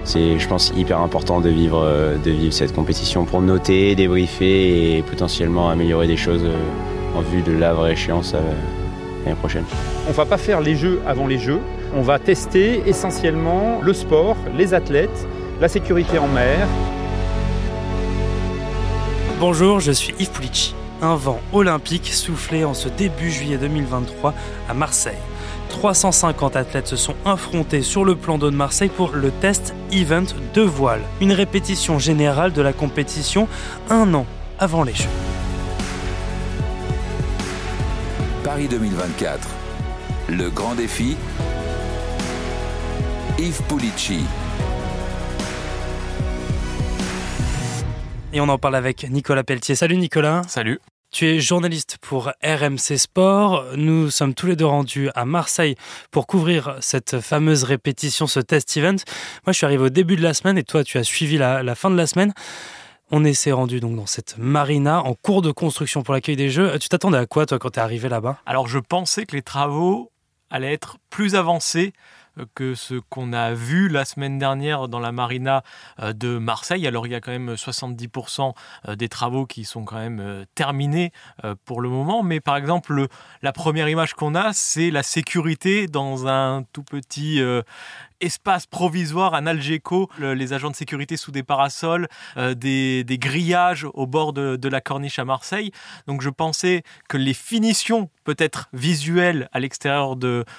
C'est, je pense, hyper important de vivre cette compétition pour noter, débriefer et potentiellement améliorer des choses en vue de la vraie échéance l'année prochaine. On ne va pas faire les jeux avant les jeux. On va tester essentiellement le sport, les athlètes, la sécurité en mer. Bonjour, je suis Yves Pulici. Un vent olympique soufflait en ce début juillet 2023 à Marseille. 350 athlètes se sont affrontés sur le plan d'eau de Marseille pour le test event de voile. Une répétition générale de la compétition un an avant les Jeux. Paris 2024. Le grand défi. Yves Pulici. Et on en parle avec Nicolas Pelletier. Salut Nicolas. Salut. Tu es journaliste pour RMC Sport. Nous sommes tous les deux rendus à Marseille pour couvrir cette fameuse répétition, ce test event. Moi, je suis arrivé au début de la semaine et toi, tu as suivi la fin de la semaine. On s'est rendu donc dans cette marina en cours de construction pour l'accueil des Jeux. Tu t'attendais à quoi, toi, quand tu es arrivé là-bas ? Alors, je pensais que les travaux allaient être plus avancés que ce qu'on a vu la semaine dernière dans la marina de Marseille. Alors il y a quand même 70% des travaux qui sont quand même terminés pour le moment, mais par exemple la première image qu'on a, c'est la sécurité dans un tout petit espace provisoire, un Algeco, les agents de sécurité sous des parasols, des grillages au bord de la corniche à Marseille. Donc je pensais que les finitions peut-être visuelles à l'extérieur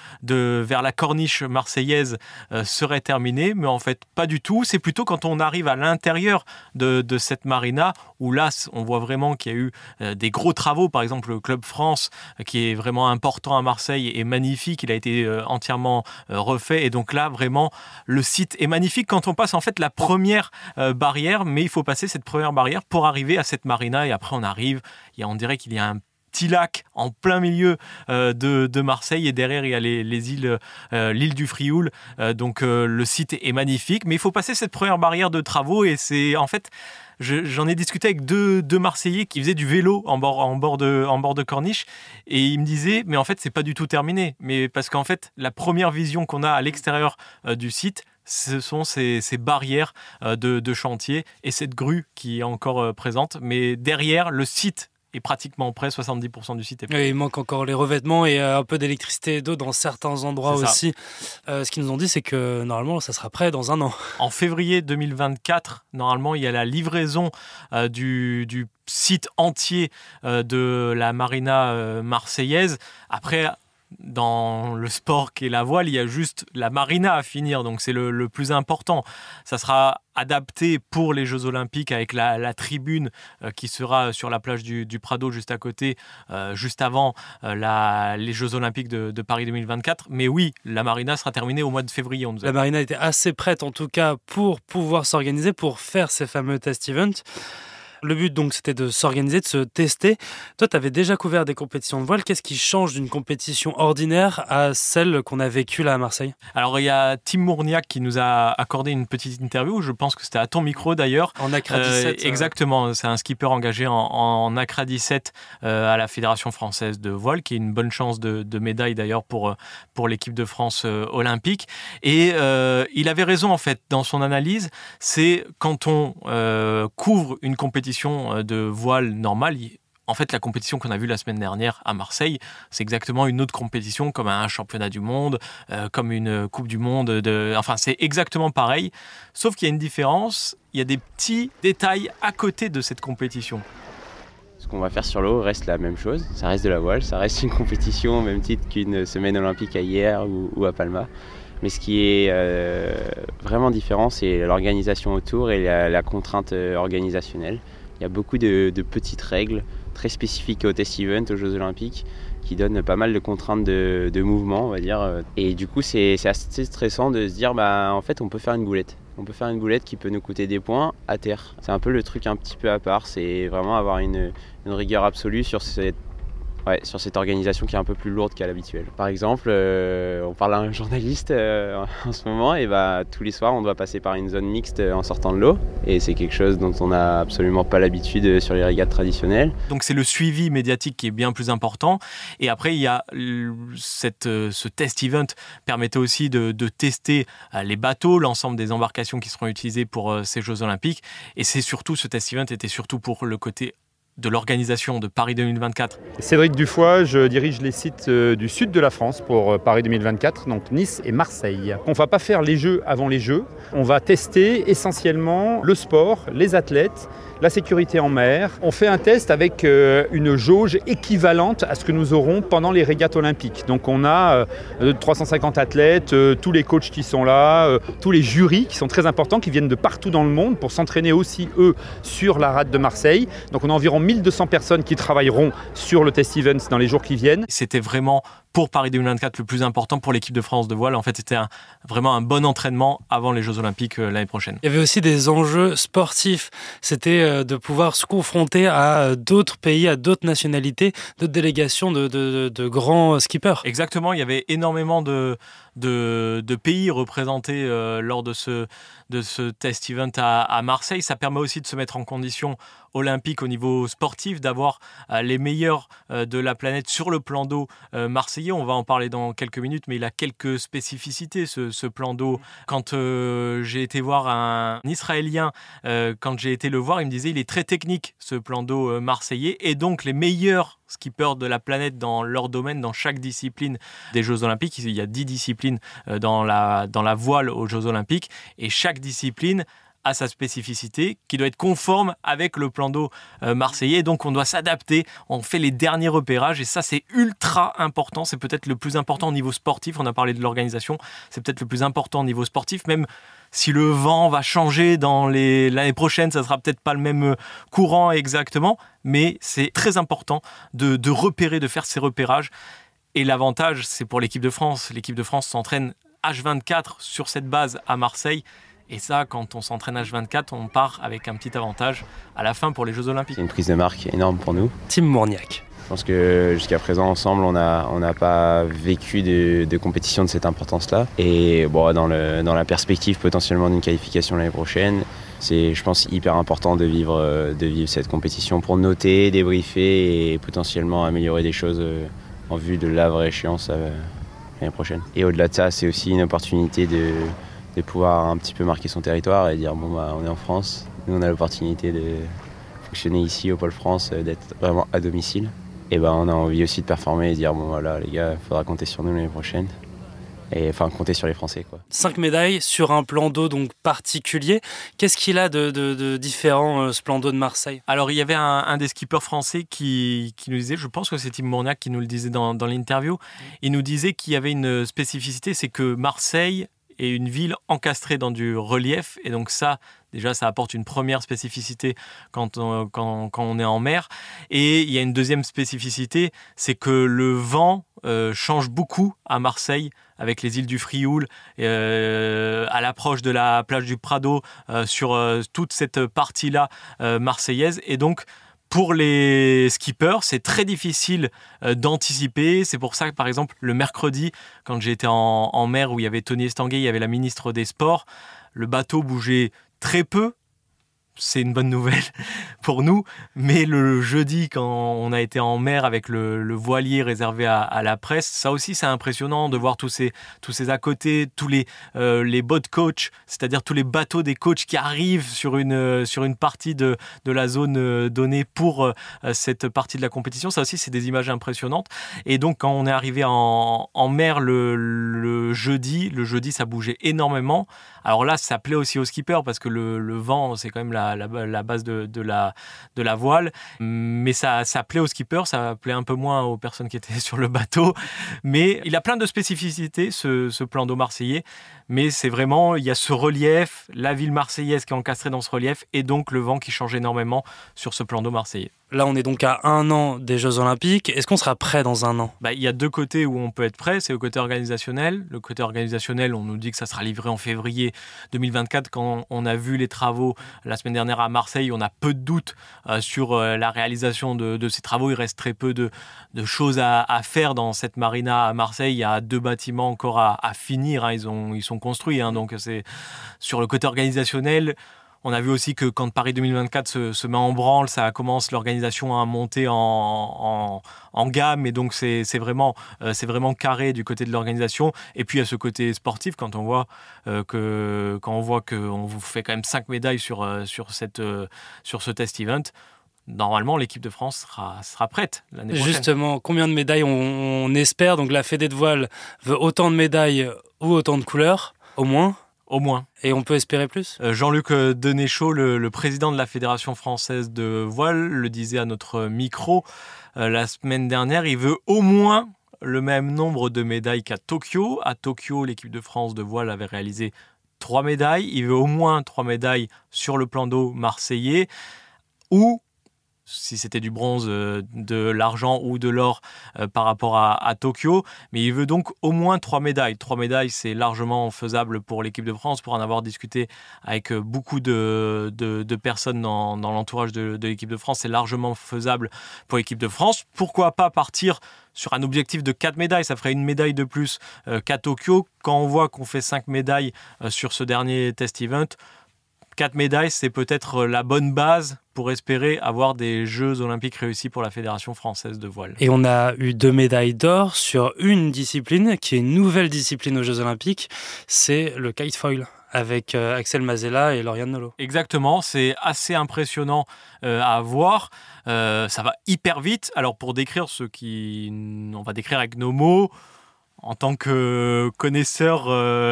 vers la corniche marseillaise seraient terminées, mais en fait pas du tout. C'est plutôt quand on arrive à l'intérieur de cette marina où là on voit vraiment qu'il y a eu des gros travaux. Par exemple le Club France qui est vraiment important à Marseille est magnifique, il a été entièrement refait et donc là vraiment le site est magnifique quand on passe en fait la première barrière, mais il faut passer cette première barrière pour arriver à cette marina et après on dirait qu'il y a un petit lac en plein milieu de Marseille et derrière il y a les îles, l'île du Frioul, donc le site est magnifique, mais il faut passer cette première barrière de travaux et c'est en fait j'en ai discuté avec deux Marseillais qui faisaient du vélo en bord de corniche et ils me disaient mais en fait c'est pas du tout terminé, mais parce qu'en fait la première vision qu'on a à l'extérieur du site ce sont ces barrières de chantier et cette grue qui est encore présente, mais derrière le site est pratiquement prêt, 70% du site est prêt. Et il manque encore les revêtements et un peu d'électricité et d'eau dans certains endroits aussi. Ce qu'ils nous ont dit, c'est que normalement, ça sera prêt dans un an. En février 2024, normalement, il y a la livraison du site entier de la marina marseillaise. Après, dans le sport qu'est la voile, il y a juste la marina à finir, donc c'est le plus important. Ça sera adapté pour les Jeux Olympiques avec la tribune qui sera sur la plage du Prado juste à côté, juste avant les Jeux Olympiques de Paris 2024. Mais oui, la marina sera terminée au mois de février. La marina était assez prête en tout cas pour pouvoir s'organiser, pour faire ces fameux test events. Le but, donc, c'était de s'organiser, de se tester. Toi, tu avais déjà couvert des compétitions de voile. Qu'est-ce qui change d'une compétition ordinaire à celle qu'on a vécue là à Marseille ? Alors, il y a Tim Mourniac qui nous a accordé une petite interview. Je pense que c'était à ton micro, d'ailleurs. En ACRA 17. Exactement. C'est un skipper engagé en ACRA 17 à la Fédération française de voile, qui est une bonne chance de médaille, d'ailleurs, pour l'équipe de France olympique. Et il avait raison, en fait, dans son analyse. C'est quand on couvre une compétition de voile normale. En fait, la compétition qu'on a vue la semaine dernière à Marseille, c'est exactement une autre compétition, comme un championnat du monde, comme une coupe du monde. Enfin, c'est exactement pareil. Sauf qu'il y a une différence. Il y a des petits détails à côté de cette compétition. Ce qu'on va faire sur l'eau reste la même chose. Ça reste de la voile, ça reste une compétition au même titre qu'une semaine olympique à Hyères ou à Palma. Mais ce qui est vraiment différent, c'est l'organisation autour et la contrainte organisationnelle. Il y a beaucoup de petites règles très spécifiques au test event, aux Jeux Olympiques, qui donnent pas mal de contraintes de mouvement, on va dire. Et du coup, c'est assez stressant de se dire, en fait, on peut faire une boulette. On peut faire une boulette qui peut nous coûter des points à terre. C'est un peu le truc un petit peu à part, c'est vraiment avoir une rigueur absolue sur cette Ouais, sur cette organisation qui est un peu plus lourde qu'à l'habituel. Par exemple, on parle à un journaliste en ce moment, et tous les soirs on doit passer par une zone mixte en sortant de l'eau, et c'est quelque chose dont on n'a absolument pas l'habitude sur les régates traditionnelles. Donc c'est le suivi médiatique qui est bien plus important, et après il y a ce test event permettait aussi de tester les bateaux, l'ensemble des embarcations qui seront utilisées pour ces Jeux Olympiques, et c'est surtout, ce test event était surtout pour le côté de l'organisation de Paris 2024. Cédric Dufoy, je dirige les sites du sud de la France pour Paris 2024, donc Nice et Marseille. On ne va pas faire les Jeux avant les Jeux, on va tester essentiellement le sport, les athlètes, la sécurité en mer. On fait un test avec une jauge équivalente à ce que nous aurons pendant les régates olympiques. Donc on a 350 athlètes, tous les coachs qui sont là, tous les jurys qui sont très importants, qui viennent de partout dans le monde pour s'entraîner aussi, eux, sur la rade de Marseille. Donc on a environ 1200 personnes qui travailleront sur le test events dans les jours qui viennent. C'était vraiment, pour Paris 2024, le plus important pour l'équipe de France de voile. En fait, c'était vraiment un bon entraînement avant les Jeux Olympiques l'année prochaine. Il y avait aussi des enjeux sportifs. C'était de pouvoir se confronter à d'autres pays, à d'autres nationalités, d'autres délégations de grands skippers. Exactement, il y avait énormément de pays représentés lors de ce test event à Marseille. Ça permet aussi de se mettre en condition olympique au niveau sportif, d'avoir les meilleurs de la planète sur le plan d'eau marseillais. On va en parler dans quelques minutes, mais il a quelques spécificités, ce plan d'eau. Quand j'ai été voir un Israélien, quand j'ai été le voir, il me disait il est très technique, ce plan d'eau marseillais, et donc les meilleurs skippers de la planète dans leur domaine, dans chaque discipline des Jeux Olympiques. Il y a 10 disciplines dans la voile aux Jeux Olympiques, et chaque discipline a sa spécificité qui doit être conforme avec le plan d'eau marseillais. Donc on doit s'adapter, on fait les derniers repérages, et ça c'est ultra important. C'est peut-être le plus important au niveau sportif. On a parlé de l'organisation, c'est peut-être le plus important au niveau sportif, même si le vent va changer l'année prochaine, ça sera peut-être pas le même courant exactement, mais c'est très important de repérer, de faire ces repérages. Et l'avantage, c'est pour l'équipe de France. L'équipe de France s'entraîne H24 sur cette base à Marseille. Et ça, quand on s'entraîne H24, on part avec un petit avantage à la fin pour les Jeux Olympiques. C'est une prise de marque énorme pour nous. Tim Mourniac. Je pense que jusqu'à présent, ensemble, on n'a pas vécu de compétition de cette importance-là. Et bon, dans la perspective potentiellement d'une qualification l'année prochaine, c'est, je pense, hyper important de vivre cette compétition pour noter, débriefer et potentiellement améliorer des choses en vue de la vraie échéance l'année prochaine. Et au-delà de ça, c'est aussi une opportunité de pouvoir un petit peu marquer son territoire et dire on est en France, nous on a l'opportunité de fonctionner ici au Pôle France, d'être vraiment à domicile. Et on a envie aussi de performer et dire voilà les gars, il faudra compter sur nous l'année prochaine. Et enfin compter sur les Français, quoi. 5 médailles sur un plan d'eau donc particulier. Qu'est-ce qu'il a de différent, ce plan d'eau de Marseille ? Alors il y avait un des skippers français qui nous disait, je pense que c'est Tim Mourniac qui nous le disait dans l'interview, il nous disait qu'il y avait une spécificité, c'est que Marseille est une ville encastrée dans du relief, et donc ça, déjà, ça apporte une première spécificité quand on est en mer. Et il y a une deuxième spécificité, c'est que le vent change beaucoup à Marseille, avec les îles du Frioul, à l'approche de la plage du Prado, sur toute cette partie-là marseillaise. Et donc, pour les skippers, c'est très difficile d'anticiper. C'est pour ça que, par exemple, le mercredi, quand j'étais en mer où il y avait Tony Estanguet, il y avait la ministre des Sports, le bateau bougeait très peu. C'est une bonne nouvelle pour nous. Mais le jeudi, quand on a été en mer avec le voilier réservé à la presse, ça aussi, c'est impressionnant de voir tous ces à côté, tous les boat coach, c'est-à-dire tous les bateaux des coachs qui arrivent sur une partie de la zone donnée pour cette partie de la compétition. Ça aussi, c'est des images impressionnantes. Et donc, quand on est arrivé en mer le jeudi, ça bougeait énormément. Alors là, ça plaît aussi aux skippers parce que le vent, c'est quand même la base de la voile. Mais ça plaît aux skippers, ça plaît un peu moins aux personnes qui étaient sur le bateau. Mais il a plein de spécificités, ce plan d'eau marseillais. Mais c'est vraiment, il y a ce relief, la ville marseillaise qui est encastrée dans ce relief, et donc le vent qui change énormément sur ce plan d'eau marseillais. Là, on est donc à 1 an des Jeux Olympiques. Est-ce qu'on sera prêt dans 1 an ? Il y a 2 côtés où on peut être prêt. C'est le côté organisationnel. Le côté organisationnel, on nous dit que ça sera livré en février 2024. Quand on a vu les travaux la semaine dernière à Marseille, on a peu de doutes sur la réalisation de ces travaux. Il reste très peu de choses à faire dans cette marina à Marseille. Il y a 2 bâtiments encore à finir. Ils sont construits. Donc c'est sur le côté organisationnel. On a vu aussi que quand Paris 2024 se met en branle, ça commence l'organisation à monter en gamme, et donc c'est vraiment carré du côté de l'organisation. Et puis il y a ce côté sportif quand on voit qu'on vous fait quand même 5 médailles sur ce test event. Normalement, l'équipe de France sera prête l'année prochaine. Justement, combien de médailles on espère ? Donc la Fédé de voile veut autant de médailles ou autant de couleurs, au moins ? Au moins. Et on peut espérer plus ? Jean-Luc Denéchaud, le président de la Fédération française de voile, le disait à notre micro la semaine dernière. Il veut au moins le même nombre de médailles qu'à Tokyo. À Tokyo, l'équipe de France de voile avait réalisé 3 médailles. Il veut au moins 3 médailles sur le plan d'eau marseillais, ou si c'était du bronze, de l'argent ou de l'or par rapport à Tokyo. Mais il veut donc au moins 3 médailles. 3 médailles, c'est largement faisable pour l'équipe de France. Pour en avoir discuté avec beaucoup de personnes dans l'entourage de l'équipe de France, c'est largement faisable pour l'équipe de France. Pourquoi pas partir sur un objectif de 4 médailles ? Ça ferait une médaille de plus qu'à Tokyo. Quand on voit qu'on fait 5 médailles sur ce dernier test event, 4 médailles, c'est peut-être la bonne base pour espérer avoir des Jeux Olympiques réussis pour la Fédération française de voile. Et on a eu 2 médailles d'or sur une discipline qui est une nouvelle discipline aux Jeux Olympiques, c'est le kitefoil, avec Axel Mazella et Lauriane Nolot. Exactement, c'est assez impressionnant à voir. Ça va hyper vite. Alors pour décrire on va décrire avec nos mots, en tant que connaisseur...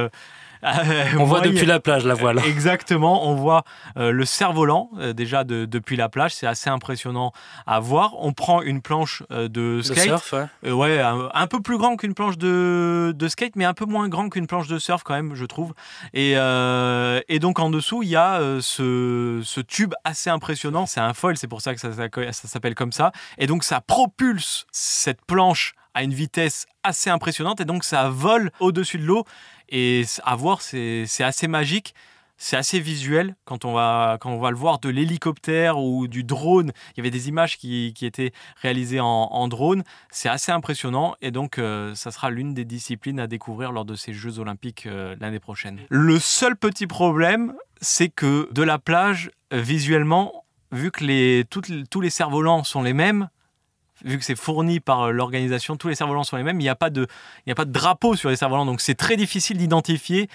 on voit depuis la plage la voile. Exactement, on voit le cerf-volant déjà depuis la plage, c'est assez impressionnant à voir. On prend une planche de skate, surf, ouais. Un peu plus grand qu'une planche de skate, mais un peu moins grand qu'une planche de surf quand même, je trouve. Et donc en dessous, il y a ce tube assez impressionnant. C'est un foil, c'est pour ça que ça s'appelle comme ça. Et donc ça propulse cette planche à une vitesse assez impressionnante, et donc ça vole au-dessus de l'eau. Et à voir, c'est assez magique, c'est assez visuel quand on va le voir de l'hélicoptère ou du drone. Il y avait des images qui étaient réalisées en drone. C'est assez impressionnant, et donc ça sera l'une des disciplines à découvrir lors de ces Jeux Olympiques l'année prochaine. Le seul petit problème, c'est que de la plage, visuellement, vu que tous les cerfs-volants sont les mêmes, vu que c'est fourni par l'organisation, tous les cerfs-volants sont les mêmes, il n'y a pas de drapeau sur les cerfs-volants, donc c'est très difficile d'identifier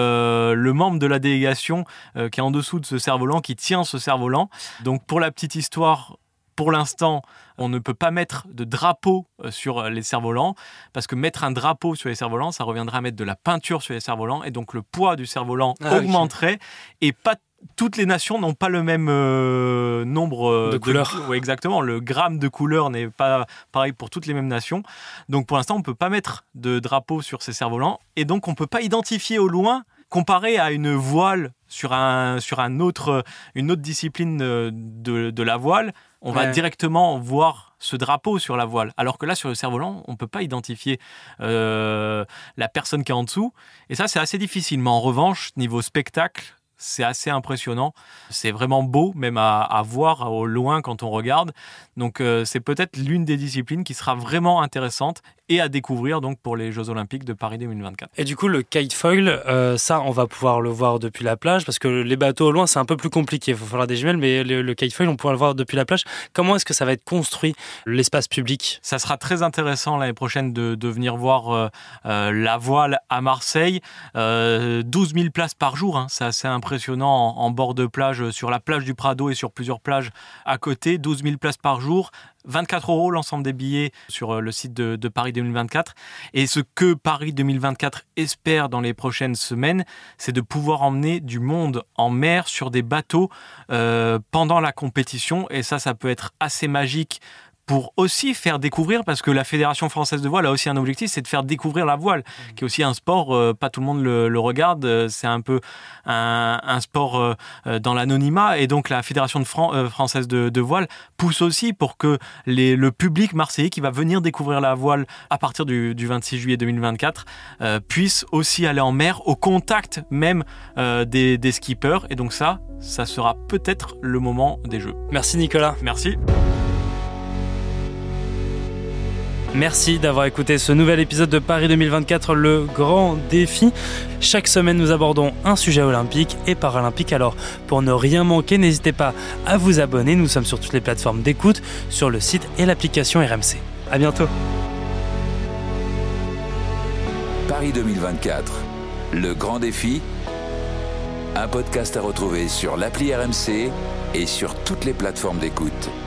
le membre de la délégation qui est en dessous de ce cerf-volant, qui tient ce cerf-volant. Donc pour la petite histoire, pour l'instant, on ne peut pas mettre de drapeau sur les cerfs-volants, parce que mettre un drapeau sur les cerfs-volants, ça reviendrait à mettre de la peinture sur les cerfs-volants, et donc le poids du cerf-volant augmenterait, et pas toutes les nations n'ont pas le même nombre de couleurs. Oui, exactement. Le gramme de couleurs n'est pas pareil pour toutes les mêmes nations. Donc pour l'instant, on ne peut pas mettre de drapeau sur ces cerfs-volants. Et donc on ne peut pas identifier au loin, comparé à une voile sur une autre discipline de la voile, on va directement voir ce drapeau sur la voile. Alors que là, sur le cerf-volant, on ne peut pas identifier la personne qui est en dessous. Et ça, c'est assez difficile. Mais en revanche, niveau spectacle, c'est assez impressionnant. C'est vraiment beau, même à voir au loin quand on regarde. Donc c'est peut-être l'une des disciplines qui sera vraiment intéressante et à découvrir donc pour les Jeux Olympiques de Paris 2024. Et du coup, le kitefoil, ça, on va pouvoir le voir depuis la plage, parce que les bateaux au loin, c'est un peu plus compliqué. Il va falloir des jumelles, mais le kitefoil, on pourra le voir depuis la plage. Comment est-ce que ça va être construit, l'espace public ? Ça sera très intéressant l'année prochaine de venir voir la voile à Marseille. 12 000 places par jour, c'est assez impressionnant en bord de plage, sur la plage du Prado et sur plusieurs plages à côté. 12 000 places par jour. 24 € l'ensemble des billets sur le site de Paris 2024. Et ce que Paris 2024 espère dans les prochaines semaines, c'est de pouvoir emmener du monde en mer sur des bateaux pendant la compétition. Et ça peut être assez magique pour aussi faire découvrir, parce que la Fédération française de voile a aussi un objectif, c'est de faire découvrir la voile, qui est aussi un sport, pas tout le monde le regarde, c'est un peu un sport dans l'anonymat, et donc la Fédération française de voile pousse aussi pour que le public marseillais qui va venir découvrir la voile à partir du 26 juillet 2024 puisse aussi aller en mer, au contact même des skippers, et donc ça sera peut-être le moment des Jeux. Merci Nicolas. Merci. Merci d'avoir écouté ce nouvel épisode de Paris 2024, le grand défi. Chaque semaine, nous abordons un sujet olympique et paralympique. Alors, pour ne rien manquer, n'hésitez pas à vous abonner. Nous sommes sur toutes les plateformes d'écoute, sur le site et l'application RMC. À bientôt. Paris 2024, le grand défi. Un podcast à retrouver sur l'appli RMC et sur toutes les plateformes d'écoute.